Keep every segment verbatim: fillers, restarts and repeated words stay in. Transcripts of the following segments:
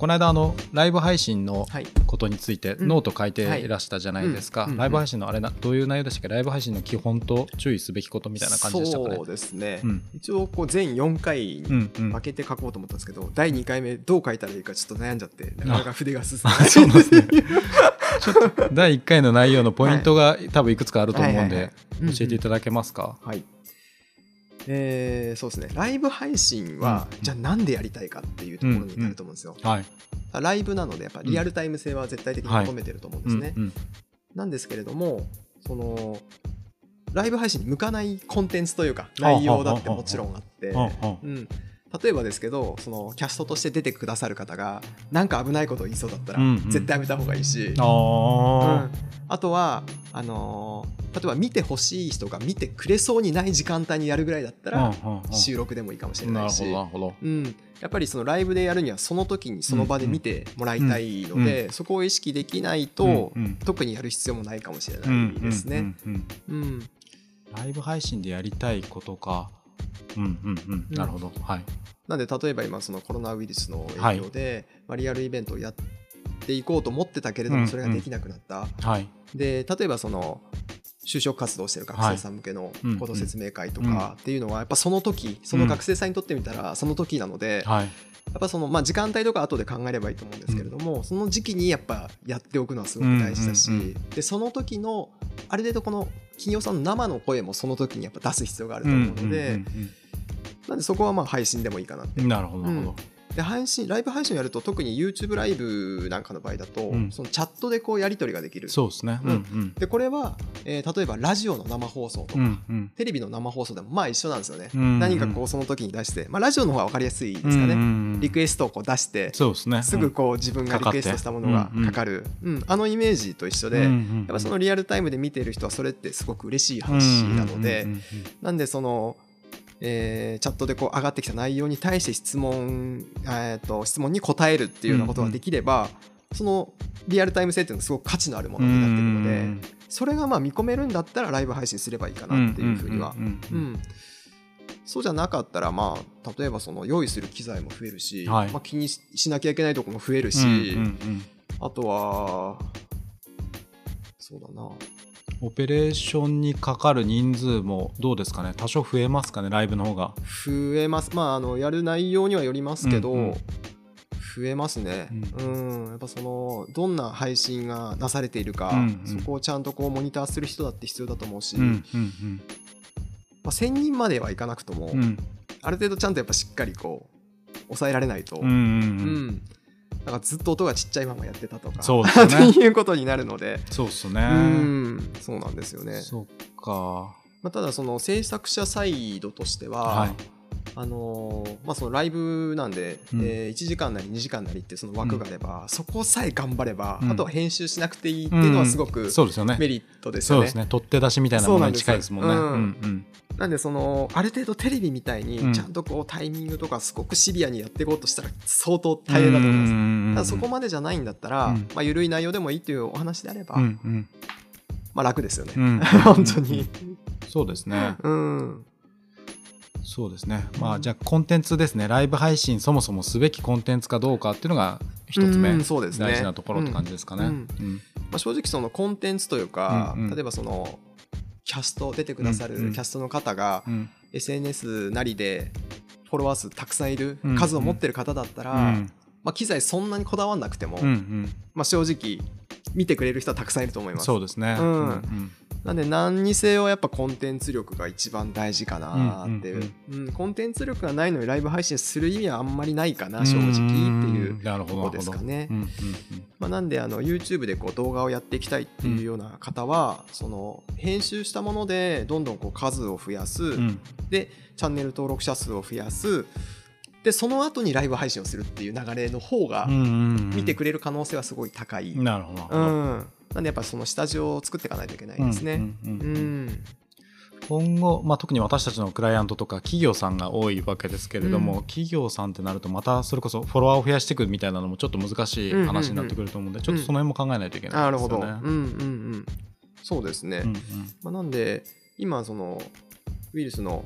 この間あのライブ配信のはいことについてうんノート書いていらしたじゃないですか、 はいうんライブ配信のあれなどういう内容でしたっけ。ライブ配信の基本と注意すべきことみたいな感じでしたかね。 そうですね、 うん一応こう全よんかいにうんうん分けて書こうと思ったんですけど、だいにかいめどう書いたらいいかちょっと悩んじゃってなかなか筆が進まない。 そうなんですねちょっとだいいっかいの内容のポイントが多分いくつかあると思うんはいはいはいでうんうん教えていただけますか。 はいえー、そうですねライブ配信は、 うんじゃあなんでやりたいかっていうところになると思うんですよ、 はい。 ライブなのでやっぱリアルタイム性は絶対的に求めてると思うんですね、 うんうんなんですけれどもそのライブ配信に向かないコンテンツというか内容だってもちろんあって、 はあはあはあうん、例えばですけどそのキャストとして出てくださる方がなんか危ないことを言いそうだったらうんうん絶対やめた方がいいし、 あーうんあとはあのー例えば見てほしい人が見てくれそうにない時間帯にやるぐらいだったらうんうんうん収録でもいいかもしれなるほないし、 どなるほど。 うん、やっぱりそのライブでやるにはその時にその場で見てもらいたいので、そこを意識できないと、 うんうん特にやる必要もないかもしれうなんいですね。 うんうんうんうんライブ配信でやりたいことか。うんうんうんなるほど。はい。 なんで例えば今そのコロナウイルスの影響で、まあ、リアルイベントをやっていこうと思ってたけれどうんもそれができなくなった、 はい。 で例えばその就職活動してる学生さん向けのうんこと説明会とかっていうのはやっぱその時その学生さんにとってみたらその時なので、 はい。 やっぱそのまあ時間帯とか後で考えればいいと思うんですけれども、その時期にやっぱやっておくのはすごく大事だし、 うんうんうんでその時のある程度この企業さんの生の声もその時にやっぱ出す必要があると思うので、 うんうんなんでそこはまあ配信でもいいかなってうんなるほどなるほど。 で配信ライブ配信をやると特に YouTube ライブなんかの場合だと、 うんそのチャットでこうやり取りができる。 そうですね。うんうんでこれは、えー例えばラジオの生放送とか、 うんうんテレビの生放送でもまあ一緒なんですよね、 うんうん何かこうその時に出して、まあ、ラジオの方が分かりやすいですかね、 うんうんうんリクエストをこう出してそうですね。 すぐこう自分がリクエストしたものがかかる、うんあのイメージと一緒で、 うんうんうんやっぱそのリアルタイムで見ている人はそれってすごく嬉しい話なので、 うんうんうんうんなんでその、えーチャットでこう上がってきた内容に対して質問、えーと質問に答えるっていうようなことができれば、そのリアルタイム性っていうのはすごく価値のあるものになっているので、 うんそれがまあ見込めるんだったらライブ配信すればいいかなっていうふうには、 うんうんううんんそうじゃなかったらまあ例えばその用意する機材も増えるし、 はいまあ、気にししなきゃいけないところも増えるし、 うんうんうんあとはそうだなオペレーションにかかる人数もどうですかね。多少増えますかね、ライブの方が。 増えます。まああのやる内容にはよりますけど、 うんうん増えますね、 ううんやっぱそのどんな配信がなされているか、 うんうんそこをちゃんとこうモニターする人だって必要だと思うし、 うんうんまあ、せんにんまではいかなくとも、 うんうんある程度ちゃんとやっぱしっかりこう抑えられないと、 うんうんううんんなんかずっと音がちっちゃいままやってたとかそうですねっていうことになるので、 そうっすうね。 んそうなんですよね。 そっか。 まあ、ただその制作者サイドとしては、 はいあのーまあ、そのライブなんで、 うんえーいちじかんなりにじかんなりってその枠があれば、そこさえ頑張れば、 うんあとは編集しなくていいっていうのはすごくそうですよね。 メリットですよね。 そうですね。取って出しみたいなものに近いですもんね。 そうなんですうんうんなんでそのある程度テレビみたいにうんちゃんとこうタイミングとかすごくシビアにやっていこうとしたら相当大変だと思います。 うんうんうんただそこまでじゃないんだったら、 うんまあ、緩い内容でもいいっていうお話であれば、 うんうんまあ、楽ですよね、 うん本当に。 そうですね。 うんそうですね。まあじゃあコンテンツですね。ライブ配信そもそもすべきコンテンツかどうかっていうのが一つ目、 うんそうですね大事なところって感じですかね。 うんうんまあ、正直そのコンテンツというか、 うんうん例えばそのキャスト出てくださるうんうんキャストの方がうんエスエヌエス なりでフォロワー数たくさんいるうん数を持ってる方だったら、 うんまあ、機材そんなにこだわんなくても、 うんうんまあ、正直見てくれる人はたくさんいると思います。 そうですね。 うんうんなんで何にせよやっぱコンテンツ力が一番大事かなっていう、 うんうんコンテンツ力がないのにライブ配信する意味はあんまりないかな正直っていうなるほどとこですかね。 うんうんまあ、なんであの YouTube でこう動画をやっていきたいっていうような方は、その編集したものでどんどんこう数を増やす、 うんうんでチャンネル登録者数を増やす、でその後にライブ配信をするっていう流れの方がうんうんうん見てくれる可能性はすごい高い、 なるほどなるほうど。 ん、なんでやっぱその下地を作っていかないといけないですね。 うんうんううんん今後、まあ、特に私たちのクライアントとか企業さんが多いわけですけれども、 うん企業さんってなるとまたそれこそフォロワーを増やしていくみたいなのもちょっと難しい話になってくると思うんで、ちょっとその辺も考えないといけなないるほど、 ですよね。 うんうんうん、そうですね。 うんうんまあ、なんで今そのウイルスの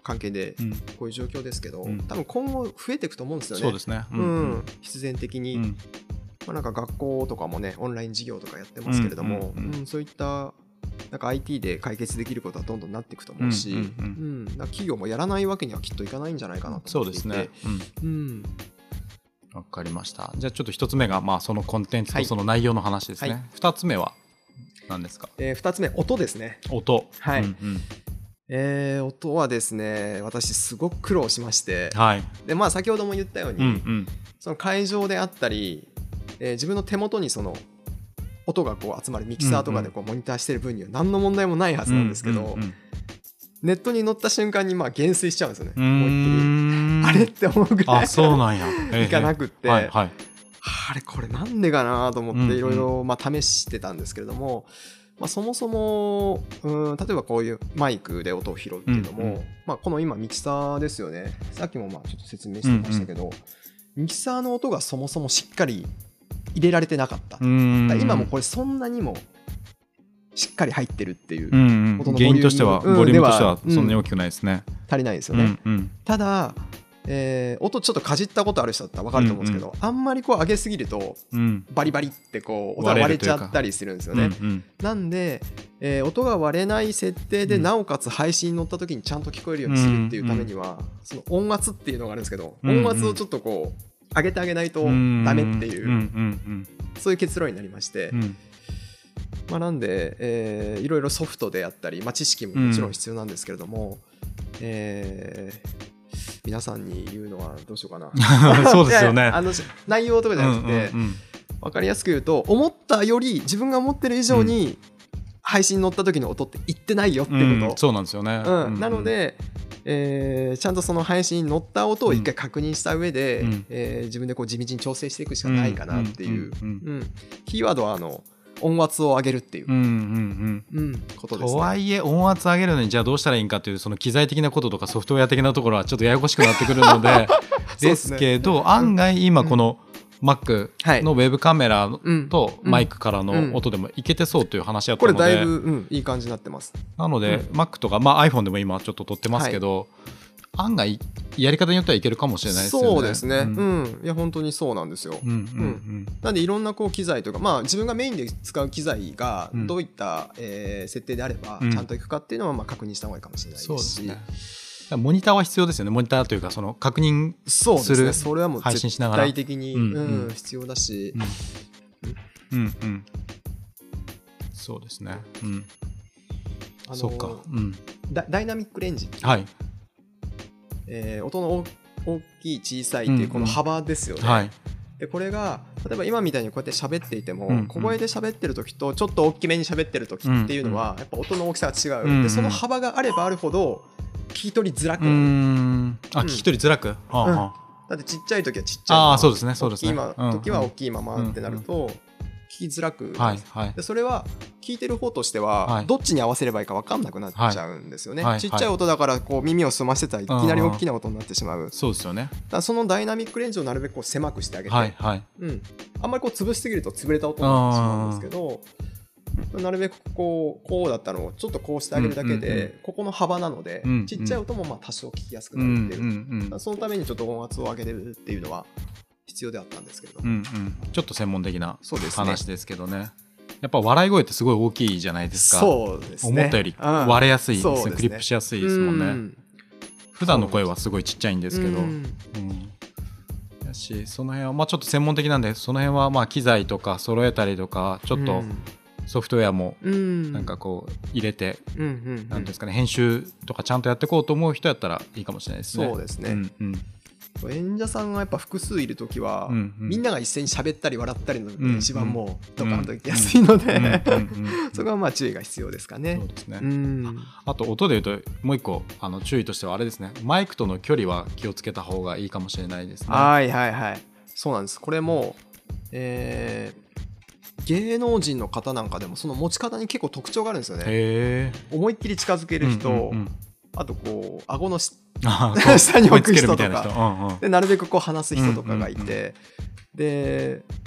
関係でうんこういう状況ですけど、 うん多分今後増えていくと思うんですよね。 そうですね。 ううんん、必然的に、 うんまあ、なんか学校とかもねオンライン授業とかやってますけれども、 うんうんうんうんそういったなんか アイティー で解決できることはどんどんなっていくと思うし、 うんうんうんなんか企業もやらないわけにはきっといかないんじゃないかなとそう思っていて。 ですね。うんうんわかりました。じゃあちょっと一つ目がまあそのコンテンツはいとその内容の話ですね。 はい二つ目は何ですか？ えー、ふたつめ、音ですね。 音。 はいうんうんえー音はですね、私すごく苦労しまして、 はい。 でまあ、先ほども言ったように、 うんうんその会場であったり、えー自分の手元にその音がこう集まるミキサーとかでこうモニターしてる分には何の問題もないはずなんですけど、 うんうんネットに載った瞬間にまあ減衰しちゃうんですよね、 うん思いっきり。 うーんあれって思うぐらいあ、そうなんや。 いかなくって、 はいはい。 あれこれなんでかなと思うんうんっていろいろまあ試してたんですけれども、まあ、そもそもうん例えばこういうマイクで音を拾うっていうのも、 うんうんまあ、この今ミキサーですよね。さっきもまあちょっと説明してましたけど、ミキサーの音がそもそもしっかり入れられてなかった。 うーんだから今もこれそんなにもしっかり入ってるっていう、 うんうん音のボリューム原因としてはうんボリュームとしてはではそんなに大きくないですね。 足りないですようね。 んうんただ、えー音ちょっとかじったことある人だったら分かると思うんですけど、あんまりこう上げすぎるとうんバリバリってこう音が割れちゃったりするんですよね。 うんうんなんで、えー音が割れない設定で、 うんなおかつ配信に乗った時にちゃんと聞こえるようにするっていうためには、その音圧っていうのがあるんですけど、 うんうん音圧をちょっとこう上げてあげないとダメっていう、 うんうんそういう結論になりまして、 うんうんまあ、なんで、えーいろいろソフトであったり、まあ、知識ももちろん必要なんですけれども、えー皆さんに言うのはどうしようかな。 そうですよねいやいやあの内容とかじゃなくて、 うんうんうん分かりやすく言うと、思ったより自分が思ってる以上に配信に乗った時の音っていってないよっていうこと、 うんそうなんですよね。 うんなので、えーちゃんとその配信に乗った音を一回確認した上で、 うんえー自分でこう地道に調整していくしかないかなっていう、 うんうんうんキーワードはあの音圧を上げるっていう、 うんうんうんうんことですとね。 はいえ音圧上げるのにじゃあどうしたらいいんかっていうその機材的なこととかソフトウェア的なところはちょっとややこしくなってくるのでそうでですねすけど案外今この Mac はいのウェブカメラうんとマイクからの音でもいけてそうという話やったこれので、 だいぶ、うん、いい感じになってます。 なので、 うん Mac とか、まあ、iPhone でも今ちょっと撮ってますけど、案外やり方によってはいけるかもしれないですよね。 そうですね、 ううんんいや本当にそうなんですよ。 うんうんなんでいろんなこう機材というか、まあ、自分がメインで使う機材がうんどういった、えー設定であればうんちゃんといくかっていうのはまあ確認した方がいいかもしれないですし、 そうですね。だからモニターは必要ですよね。モニターというかその確認、 そうですね、 するそれはもう配信し絶ながら対的に、 うんうんうん必要だし、 うんうんうん、そうですね。うん、 あのそうか。うん、 ダダイナミックレンジ、 はいえー音の大大きい小さいっていうこの幅ですよね。 はい。 でこれが例えば今みたいにこうやって喋っていても、 うんうん小声で喋ってる時とちょっと大きめに喋ってる時っていうのは、やっぱ音の大きさが違う、 うんうんでその幅があればあるほど聞き取りづらくうーなる、 ん。あ、聞き取りづらく。はあはあだってちっちゃい時はちっちゃいままあーそうですねそうですね大きいまうん時は大きいままってなると、聞きづらくなる、 はいはい。 でそれは聞いてる方としては、 はいどっちに合わせればいいか分かんなくなっちゃうんですよね、 はいはいちっちゃい音だからこう耳を澄ませたらいきなり大きな音になってしまう、だかそうですよね。 らそのダイナミックレンジをなるべくこう狭くしてあげて、 はいはい。 うん、あんまりこう潰しすぎると潰れた音になってしまうんですけど、なるべくこうこうだったのをちょっとこうしてあげるだけで、 うんうんうんここの幅なので、 うんうんちっちゃい音もまあ多少聞きやすくうんうんなるっていう、 うんそのためにちょっと音圧を上げれるっていうのは必要であったんですけれども、 うんうん。ちょっと専門的なそうですね話ですけどね。やっぱ笑い声ってすごい大きいじゃないですか。 そうですね、 思ったよりうん割れやすいですね。 そうですねクリップしやすいですもんね。 うん普段の声はすごいちっちゃいんですけど。 うんうんだしその辺はまあちょっと専門的なんでその辺はまあ機材とか揃えたりとかちょっとソフトウェアもうんなんかこう入れてうんうんうんなんていうんですかね編集とかちゃんとやっていこうと思う人やったらいいかもしれないですね。 そうですね、 うんうん演者さんがやっぱ複数いるときは、 うんうんみんなが一斉に喋ったり笑ったりのうんうん一番もうドカンといきやすいので、 うんうんうんそこはまあ注意が必要ですかねそう。ですね。 うんあと音で言うともう一個あの注意としてはあれですねマイクとの距離は気をつけた方がいいかもしれないですね。 はいはいはい、そうなんです。これも、えー芸能人の方なんかでもその持ち方に結構特徴があるんですよね。 へー思いっきり近づける人、 うんうんうんあとこう顎のしあーこう下に置く人とか追いつけるみたいな人うんうんでなるべくこう話す人とかがいて、で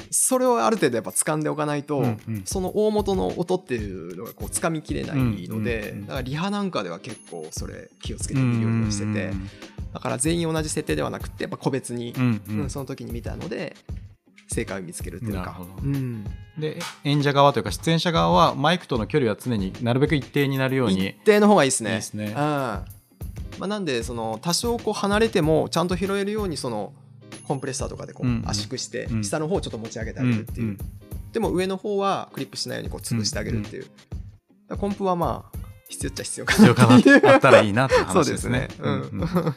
それをある程度やっぱ掴んでおかないと、 うんうん、 その大元の音っていうのがこう掴みきれないので、 うんうんうん、 だからリハなんかでは結構それ気をつけて見るようにしてて、うんうんうん、だから全員同じ設定ではなくてやっぱ個別に、うんうんうん、その時に見たので正解を見つけるっていうか。なるほど、 うん、で演者側というか出演者側はマイクとの距離は常になるべく一定になるように。 一定の方がいいですね。 いいですね、うん、 まあ、なんでその多少こう離れてもちゃんと拾えるようにそのコンプレッサーとかでこう圧縮して下の方をちょっと持ち上げてあげるっていう、うんうん、でも上の方はクリップしないようにこう潰してあげるっていう、うんうん、コンプはまあ必要っちゃ必要かなっていうあったらいいなっていう話ですね。 そうですね、うんうん、はい、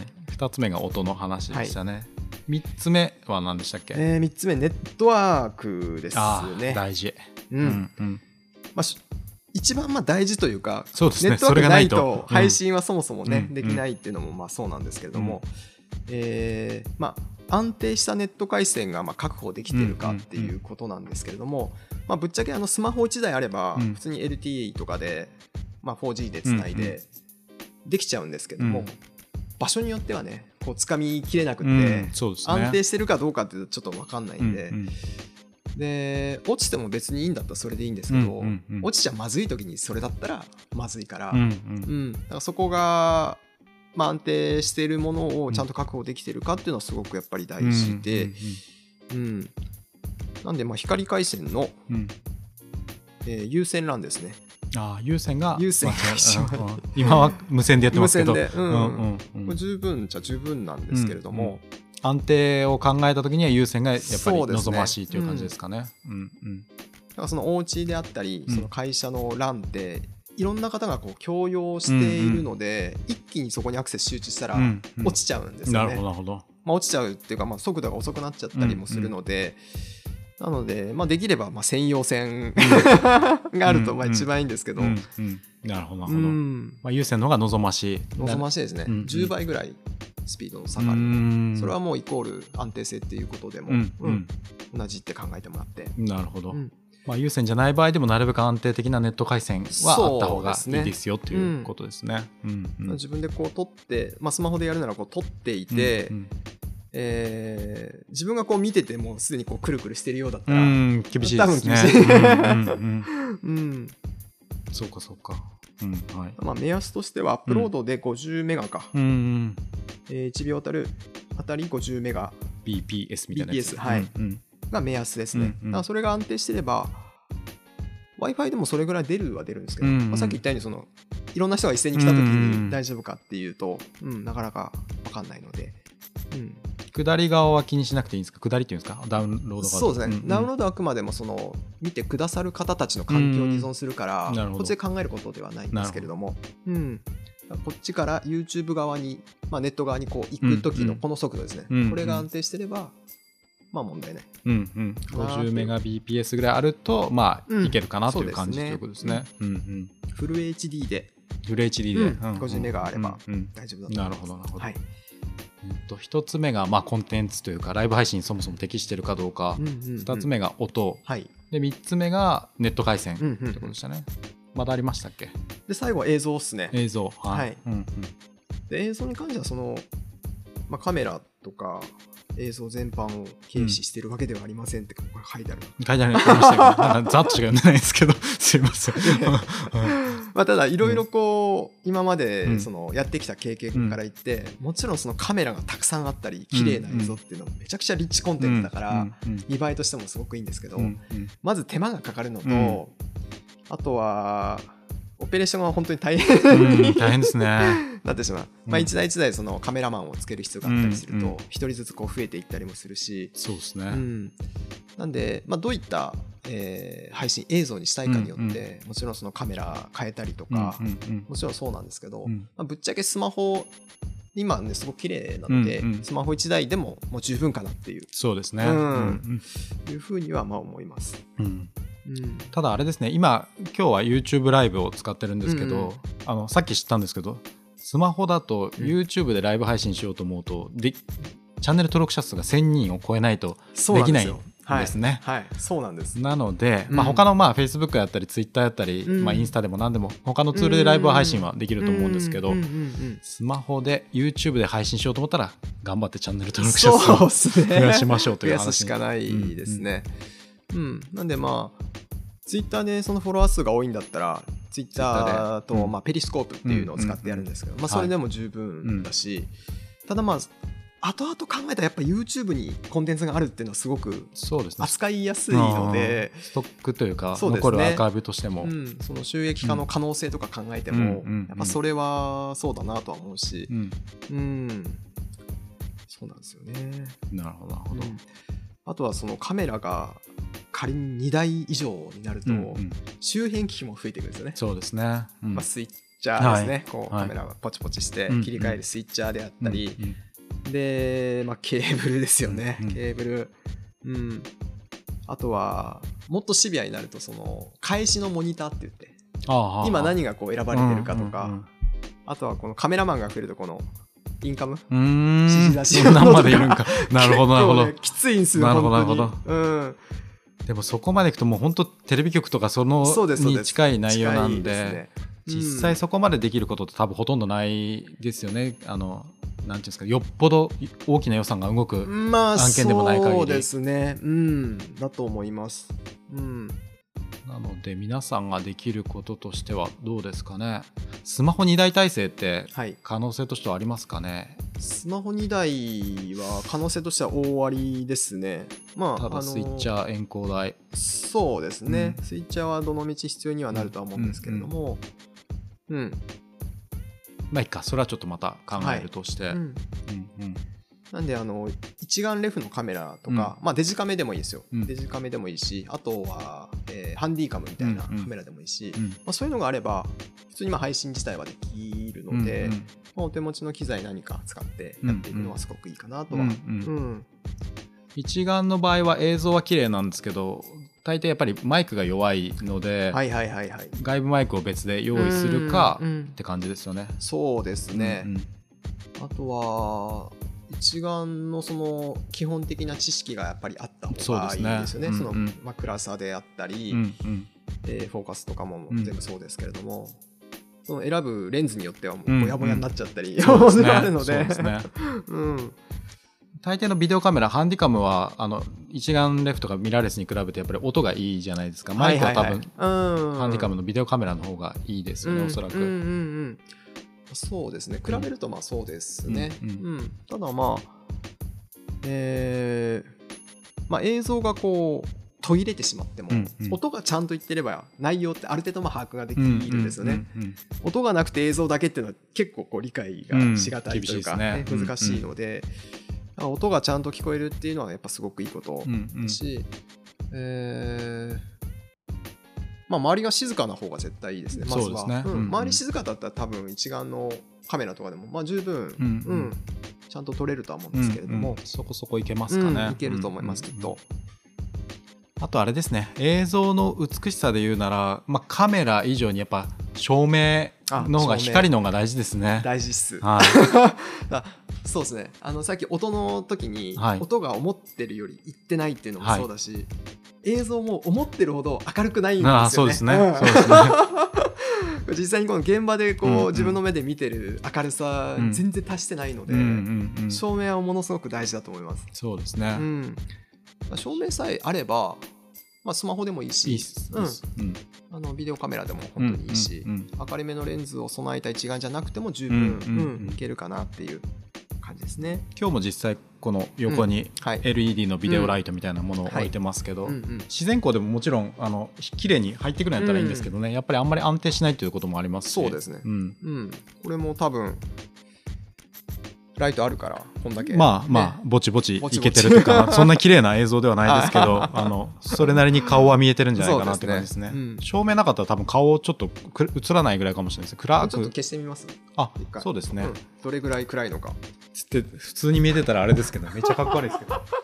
ふたつめが音の話でしたね、はい、みっつめは何でしたっけ？ えー、みっつめネットワークですね。 あ大事、 うんうんうん、まあ一番まあ大事というか、 そうですね、 ネットワークがないと配信はそもそもね、うん、できないっていうのもまあそうなんですけれども、うんえーまあ、安定したネット回線がまあ確保できているかっていうことなんですけれども、まあ、ぶっちゃけあのスマホいちだいあれば普通に エルティーイー とかでまあ フォージー でつないでできちゃうんですけども、場所によってはねこう掴みきれなくて安定してるかどうかってちょっと分かんないんで、で落ちても別にいいんだったらそれでいいんですけど、落ちちゃまずい時にそれだったらまずいから、うん、だからそこがまあ、安定しているものをちゃんと確保できているかっていうのはすごくやっぱり大事で、うんうんうん、なんでまあ光回線の、うんえー、有線 ラン ですね。 あ有線が有線が今は無線でやってますけど、 無線で、うんうんうん、これ十分じゃ十分なんですけれども、うんうん、 安定を考えた時には有線がやっぱり望ましいという感じですかね。うんうん、 だからそのお家であったりその会社の ラン っていろんな方がこう共用しているので、うんうん、一気にそこにアクセス集中したら落ちちゃうんですよね。 なるほどなるほど、 まあ、落ちちゃうっていうか、まあ、速度が遅くなっちゃったりもするので、うんうん、なので、まあ、できればまあ専用線があるとまあ一番いいんですけど、うんうん、 なるほどなるほど、うんまあ、有線の方が望ましい望ましいですね、うんうん、じゅうばいぐらいスピードの差があるので、それはもうイコール安定性っていうことでも、うんうん、同じって考えてもらって。 なるほど、うんまあ、有線じゃない場合でもなるべく安定的なネット回線はあった方がいいですよということですね。うんうんうん、 自分でこう撮って、まあ、スマホでやるならこう撮っていて、うんうんえー、自分がこう見ててもすでにこうくるくるしてるようだったらうん厳しいですね。そうかそうか、うんはいまあ、目安としてはアップロードでごじゅうメガか、うんうんえー、いちびょうあたるあたりごじゅうメガビーピーエス みたいなやつ、 ビーピーエス はい、うんうんが目安ですね、うんうん、だからそれが安定してれば Wi-Fi でもそれぐらい出るは出るんですけど、うんうんまあ、さっき言ったようにそのいろんな人が一斉に来た時に大丈夫かっていうと、うんうん、なかなか分かんないので、 うん、下り側は気にしなくていいんですか？下りっていうんですか？ダウンロード側。 そうですね、うんうん、ダウンロードはあくまでもその見てくださる方たちの環境に依存するから、うん、こっちで考えることではないんですけれども、うん、こっちから YouTube 側に、まあ、ネット側にこう行く時のこの速度ですね、うんうん、これが安定してればまあ問題ない、 うんうん、ごじゅうメガビーピーエス ぐらいあるとまあいけるかなという感じということですね。 フル エイチディー でフル エイチディー で、 うん、ごじゅうメガあれば大丈夫だと思います。 なるほどなるほど、はいえっと、ひとつめがまあコンテンツというかライブ配信にそもそも適しているかどうか、うんうんうん、ふたつめが音、はい、でみっつめがネット回線ということでしたね、うんうんうん、まだありましたっけ？ で最後は映像ですね。 映像はい、はいうんうん、 で映像に関してはその、まあ、カメラとか映像全般を軽視してるわけではありませんってここ書いてある、 うん、書いてありましたけどなんかざっとしか読んでないですけどすいませんまあただいろいろこう、うん、今までそのやってきた経験から言って、うん、もちろんそのカメラがたくさんあったり綺麗な映像っていうのはめちゃくちゃリッチコンテンツだから、うんうん、見栄えとしてもすごくいいんですけど、うんうん、まず手間がかかるのと、うん、あとはオペレーションは本当に大変、 うん、大変ですねなってしまう、まあ、一台一台そのカメラマンをつける必要があったりすると一人ずつこう増えていったりもするし、 そうですね、 うん、なんで、まあ、どういった、えー、配信映像にしたいかによって、うんうん、もちろんそのカメラ変えたりとか、うんうんうん、もちろんそうなんですけど、うんまあ、ぶっちゃけスマホ今ねすごく綺麗なので、うんうん、スマホいちだいでももう十分かなっていうそうですね、 うんうん、いうふうにはまあ思います、 うんうん、ただあれですね今今日は YouTube ライブを使ってるんですけど、うんうん、あのさっき知ったんですけどスマホだと YouTube でライブ配信しようと思うと、うん、でチャンネル登録者数がせんにんを超えないとできないんですね。 はい、はい、そうなんです。 なので、まあ、他のまあ Facebook やったり Twitter やったり、うんまあ、インスタでも何でも他のツールでライブ配信はできると思うんですけど、スマホで YouTube で配信しようと思ったら頑張ってチャンネル登録者数をそうっすね増やしましょうという話増やすしかないですね。うん、うん、なんでまあツイッターでそのフォロワー数が多いんだったらツイッターと、 うんまあ、ペリスコープっていうのを使ってやるんですけど、まあ、それでも十分だし、ただまあ後々考えたらやっぱ YouTube にコンテンツがあるっていうのはすごく扱いやすいので、 ストックというかそうですね、 残るアーカイブとしても、 うん、その収益化の可能性とか考えても、 うんやっぱそれはそうだなとは思うし、 うんうん、そうなんですよね。 なるほどなるほど、 うん、あとはそのカメラが仮ににだい以上になると、 うんうん、 周辺機器も増えてくるんですよね。 そうですね、うんまあ、スイッチャーですね、 はい、 こうはい、 カメラがポチポチして切り替えるスイッチャーであったり、 うんうん、 で、まあ、ケーブルですよね、 うん、 ケーブル、うん、あとはもっとシビアになるとその返しのモニターって言って、 ああ今何がこう選ばれてるかとか、 うんうんうん、 あとはこのカメラマンが増えるとこのインカム、 うーん、 指示出しそんなんまでいるんかなるほどなるほど、 ね、きついんですよなるほど本当に、 なるほど、 うん、 でもそこまでいくともう本当テレビ局とかそのに近い内容なんで、ね、うん、実際そこまでできることって多分ほとんどないですよね。あのなんていうんですか、よっぽど大きな予算が動く案件でもない限り、 まあ、そうですね、うん、だと思います、うん、 なので皆さんができることとしてはどうですかね。スマホにだい体制って可能性としてはありますかね。 はい、スマホにだいは可能性としては大ありですね。まあ、 ただスイッチャー、エンコーダー、 そうですね、 うん、 スイッチャーはどの道必要にはなるとは思うんですけれども、うん、うんうん、 まあいいか、それはちょっとまた考えるとして、はい、うんうん、 なんであの一眼レフのカメラとか、うん、まあ、デジカメでもいいですよ、 うん、 デジカメでもいいし、あとは、えー、ハンディカムみたいなカメラでもいいし、うんうん、まあ、そういうのがあれば普通にまあ配信自体はできるので、うんうん、まあ、お手持ちの機材何か使ってやっていくのはすごくいいかなとは、うんうんうん、 一眼の場合は映像は綺麗なんですけど大抵やっぱりマイクが弱いので、はいはいはいはい、外部マイクを別で用意するかって感じですよね。 うんうん、そうですね、うんうん、あとは一眼のその基本的な知識がやっぱりあった方がいいですよね。そのまあ暗さであったり、うんうん、えー、フォーカスとかも全部そうですけれども、うん、その選ぶレンズによってはもうボヤボヤになっちゃったり、うんうん、あるので、うん、 大抵のビデオカメラハンディカムはあの一眼レフとかミラーレスに比べてやっぱり音がいいじゃないですか。マイクは多分、はいはいはい、ハンディカムのビデオカメラの方がいいですよね、うん、おそらく、うんうんうん、 そうですね、比べるとまあそうですね、うんうんうん、ただまあ、えーまあ、映像がこう途切れてしまっても、うんうん、音がちゃんといってれば内容ってある程度まあ把握ができるんですよね、うんうんうんうん、音がなくて映像だけっていうのは結構こう理解がしがたいというか、ねうんね、難しいので、うんうん、音がちゃんと聞こえるっていうのはやっぱすごくいいことだし、うんうん、えーまあ、周りが静かな方が絶対いいですね。まずはそうですね、うんうん、周り静かだったら多分一眼のカメラとかでもまあ十分、うんうん、ちゃんと撮れるとは思うんですけれども、うんうん、 そこそこいけますかね、 うん、いけると思います、うんうん、きっと。 あとあれですね、映像の美しさで言うなら、まあ、カメラ以上にやっぱ照明の方が光の方が大事ですね。 大事っす、 はいそうですね、あのさっき音の時に、はい、音が思ってるよりいってないっていうのもそうだし、はい、映像も思ってるほど明るくないんですよね。ああそうですね、うん、そうですね実際にこの現場でこう、うんうん、自分の目で見てる明るさ、うん、全然達してないので、うんうんうん、照明はものすごく大事だと思います。 そうですね、うん、 照明さえあれば、まあ、スマホでもいいし、 いいっす、 うんうん、あのビデオカメラでも本当にいいし、うんうんうん、明るめのレンズを備えた一眼じゃなくても十分、うんうんうん、いけるかなっていう感じですね。 今日も実際この横に エルイーディー のビデオライトみたいなものを置いてますけど、うんはいうんうん、自然光でももちろんあの綺麗に入ってくるんやったらいいんですけどね、うん、やっぱりあんまり安定しないということもありますし。 そうですね、うんうん、これも多分ライトあるからこんだけ、ね、 まあまあぼちぼちいけてるというかそんな綺麗な映像ではないですけどあのそれなりに顔は見えてるんじゃないかなって感じですね。そうですね、うん、照明なかったら多分顔ちょっと映らないぐらいかもしれないです。暗くちょっと消してみます。 あ、そうですね、うん、 どれぐらい暗いのかつって普通に見えてたらあれですけどめっちゃかっこ悪いですけどあん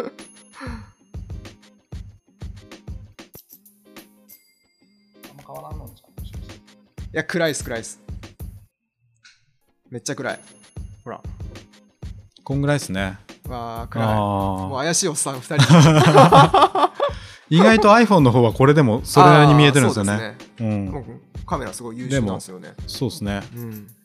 ま変わらんのんちゃう。いや暗いです暗いですめっちゃ暗い。ほらこんぐらいですね。 わー暗い。もう怪しいおっさんふたり意外と iPhone の方はこれでもそれなりに見えてるんですよね。 そうですね、うん、カメラすごい優秀なんですよね。 そうですね、うん、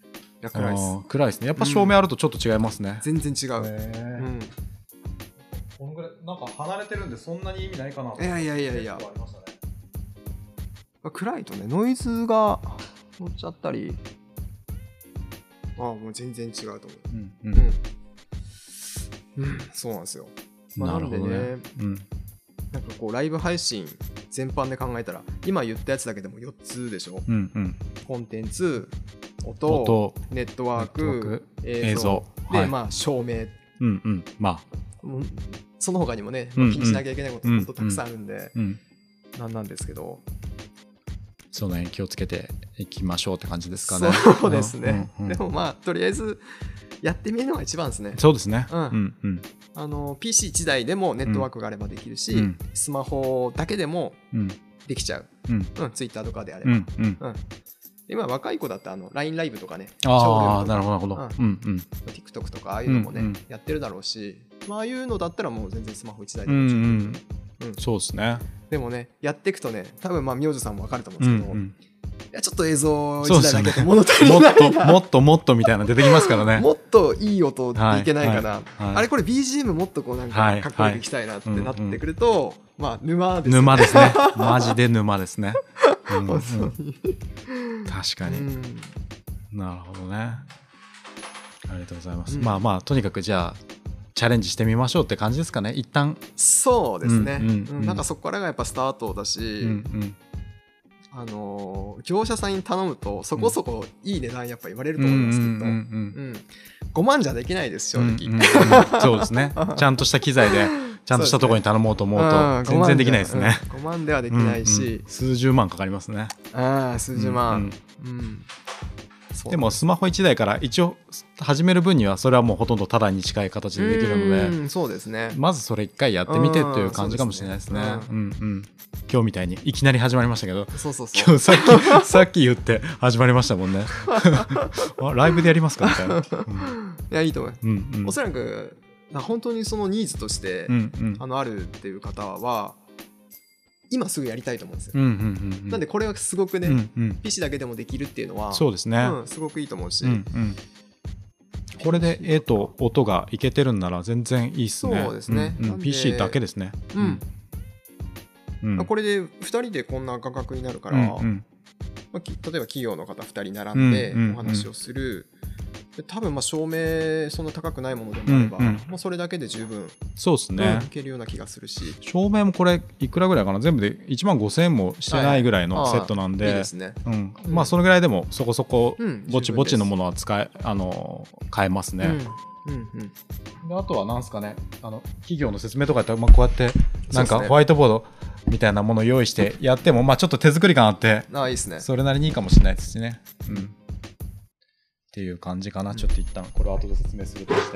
や暗いです。 あー暗いですね。やっぱ照明あるとちょっと違いますね。 全然違う。うへーん、 こんぐらいなんか離れてるんでそんなに意味ないかなと。 いやいやいやいや結構ありましたね。 暗いとねノイズが乗っちゃったり、ああもう全然違うと思うんうう。うんん、うん、そうなんですよ。まあなるほどね。 なんでねうんなんかこうライブ配信全般で考えたら今言ったやつだけでもよっつでしょ。 うんうん。 コンテンツ、音、 音、 ネットワーク、 ネットワーク映像映像で、 はいまあ照明、 うんうん。まあもうその他にもね、 うんうんまあ気にしなきゃいけないことうん本当たくさんあるんで、 うん。 なんなんですけど、 その辺気をつけていきましょうって感じですかね。 そうですね、 うんうんうんでもまあとりあえずやってみるのが一番ですね。 そうですね。 うんうんうんあの ピーシーいち 台でもネットワークがあればできるし、 うんスマホだけでもうんできちゃう、 うんうん、Twitter とかであれば、 うんうん。 うん今若い子だってあの ライン ライブとかね、 ああ、 ショールームとかなるほどなるほど。うんうん TikTok とかああいうのもね、 うんうんやってるだろうし、まあああいうのだったらもう全然スマホいちだいでうんうも十分、 ん。 うんそうですね。 でもねやっていくとね多分まあ名字さんも分かると思うんうですけど、 んうん。 いやちょっと映像そういちですよねだいだけで物足りもっとないなもっともっとみたいなの出てきますからね。 もっといい音っていけないかな、 はいはいあれこれ ビージーエム もっとこうなんはいかかっこよくいきたいなってなってくると、まあ沼ですよね。 沼ですね。マジで沼ですね。うんうん本当に確かに。 うんなるほどね。ありがとうございます。 うんまあまあとにかくじゃあチャレンジしてみましょうって感じですかね。一旦。 そうですね、 うんうんうんうんなんかそこからがやっぱスタートだし、 うんうんあのー業者さんに頼むとそこそこいい値段やっぱ言われると思いますけど、 うんうんうんうんごまんじゃできないです正直、 うんうんうんそうですね。ちゃんとした機材でちゃんとしたところに頼もうと思うと全然できないですね。 ごまんではできないし、 うんうん数十万かかりますね。 ああ数十万、 うんうんそうでもスマホいちだいから一応始める分にはそれはもうほとんどタダに近い形でできるので、 うんそうですねまずそれ一回やってみてという感じかもしれないですね。 うんそうですねうんうん今日みたいにいきなり始まりましたけど、 そうそうそう今日さっきさっき言って始まりましたもんね。あライブでやりますかみたいな。うんいやいいと思います、 うんうんおそらく本当にそのニーズとして、 うんうんあのあるっていう方は今すぐやりたいと思うんですよ、 うんうんうんうんなんでこれはすごくね、 うんうんピーシー だけでもできるっていうのはそうですね。 うん、すごくいいと思うし、 うんうんこれで絵と音がいけてるんなら全然いいっすね。 そうですねうんうんなんでピーシー だけですね。 うんうんうんこれでふたりでこんな価格になるから、 うんうんまあき例えば企業の方ふたり並んでうんうんうんお話をする、で多分まあ照明そんな高くないものでもあれば、 うんうんもうそれだけで十分、 そうですうんねい。けるような気がするし、 照明もこれいくらぐらいかな、全部でいちまんごせんえんもしてないぐらいのセットなんで、 いいですね、 うんうんまあそのぐらいでもそこそこうんぼちぼちのものは使えあの買えますね。 うんうんうんであとはなんすかね、あの企業の説明とかやったら、まあ、こうやってなんかそうですねホワイトボードみたいなものを用意してやっても、まあちょっと手作り感あってああいいですね、 それなりにいいかもしれないですしね。うんっていう感じかな。ちょっと一旦これを後で説明するとして。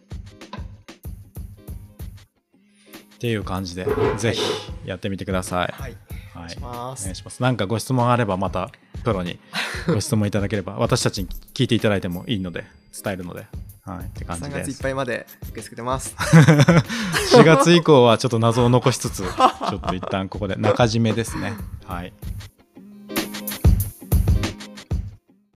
っていう感じでぜひやってみてください。 はいはい、 しますお願いします。なんかご質問あればまたプロにご質問いただければ私たちに聞いていただいてもいいので伝えるので、はい、って感じさんがついっです。 ぱいまで受け付けてますしがつ以降はちょっと謎を残しつつちょっと一旦ここで中締めですね。はい。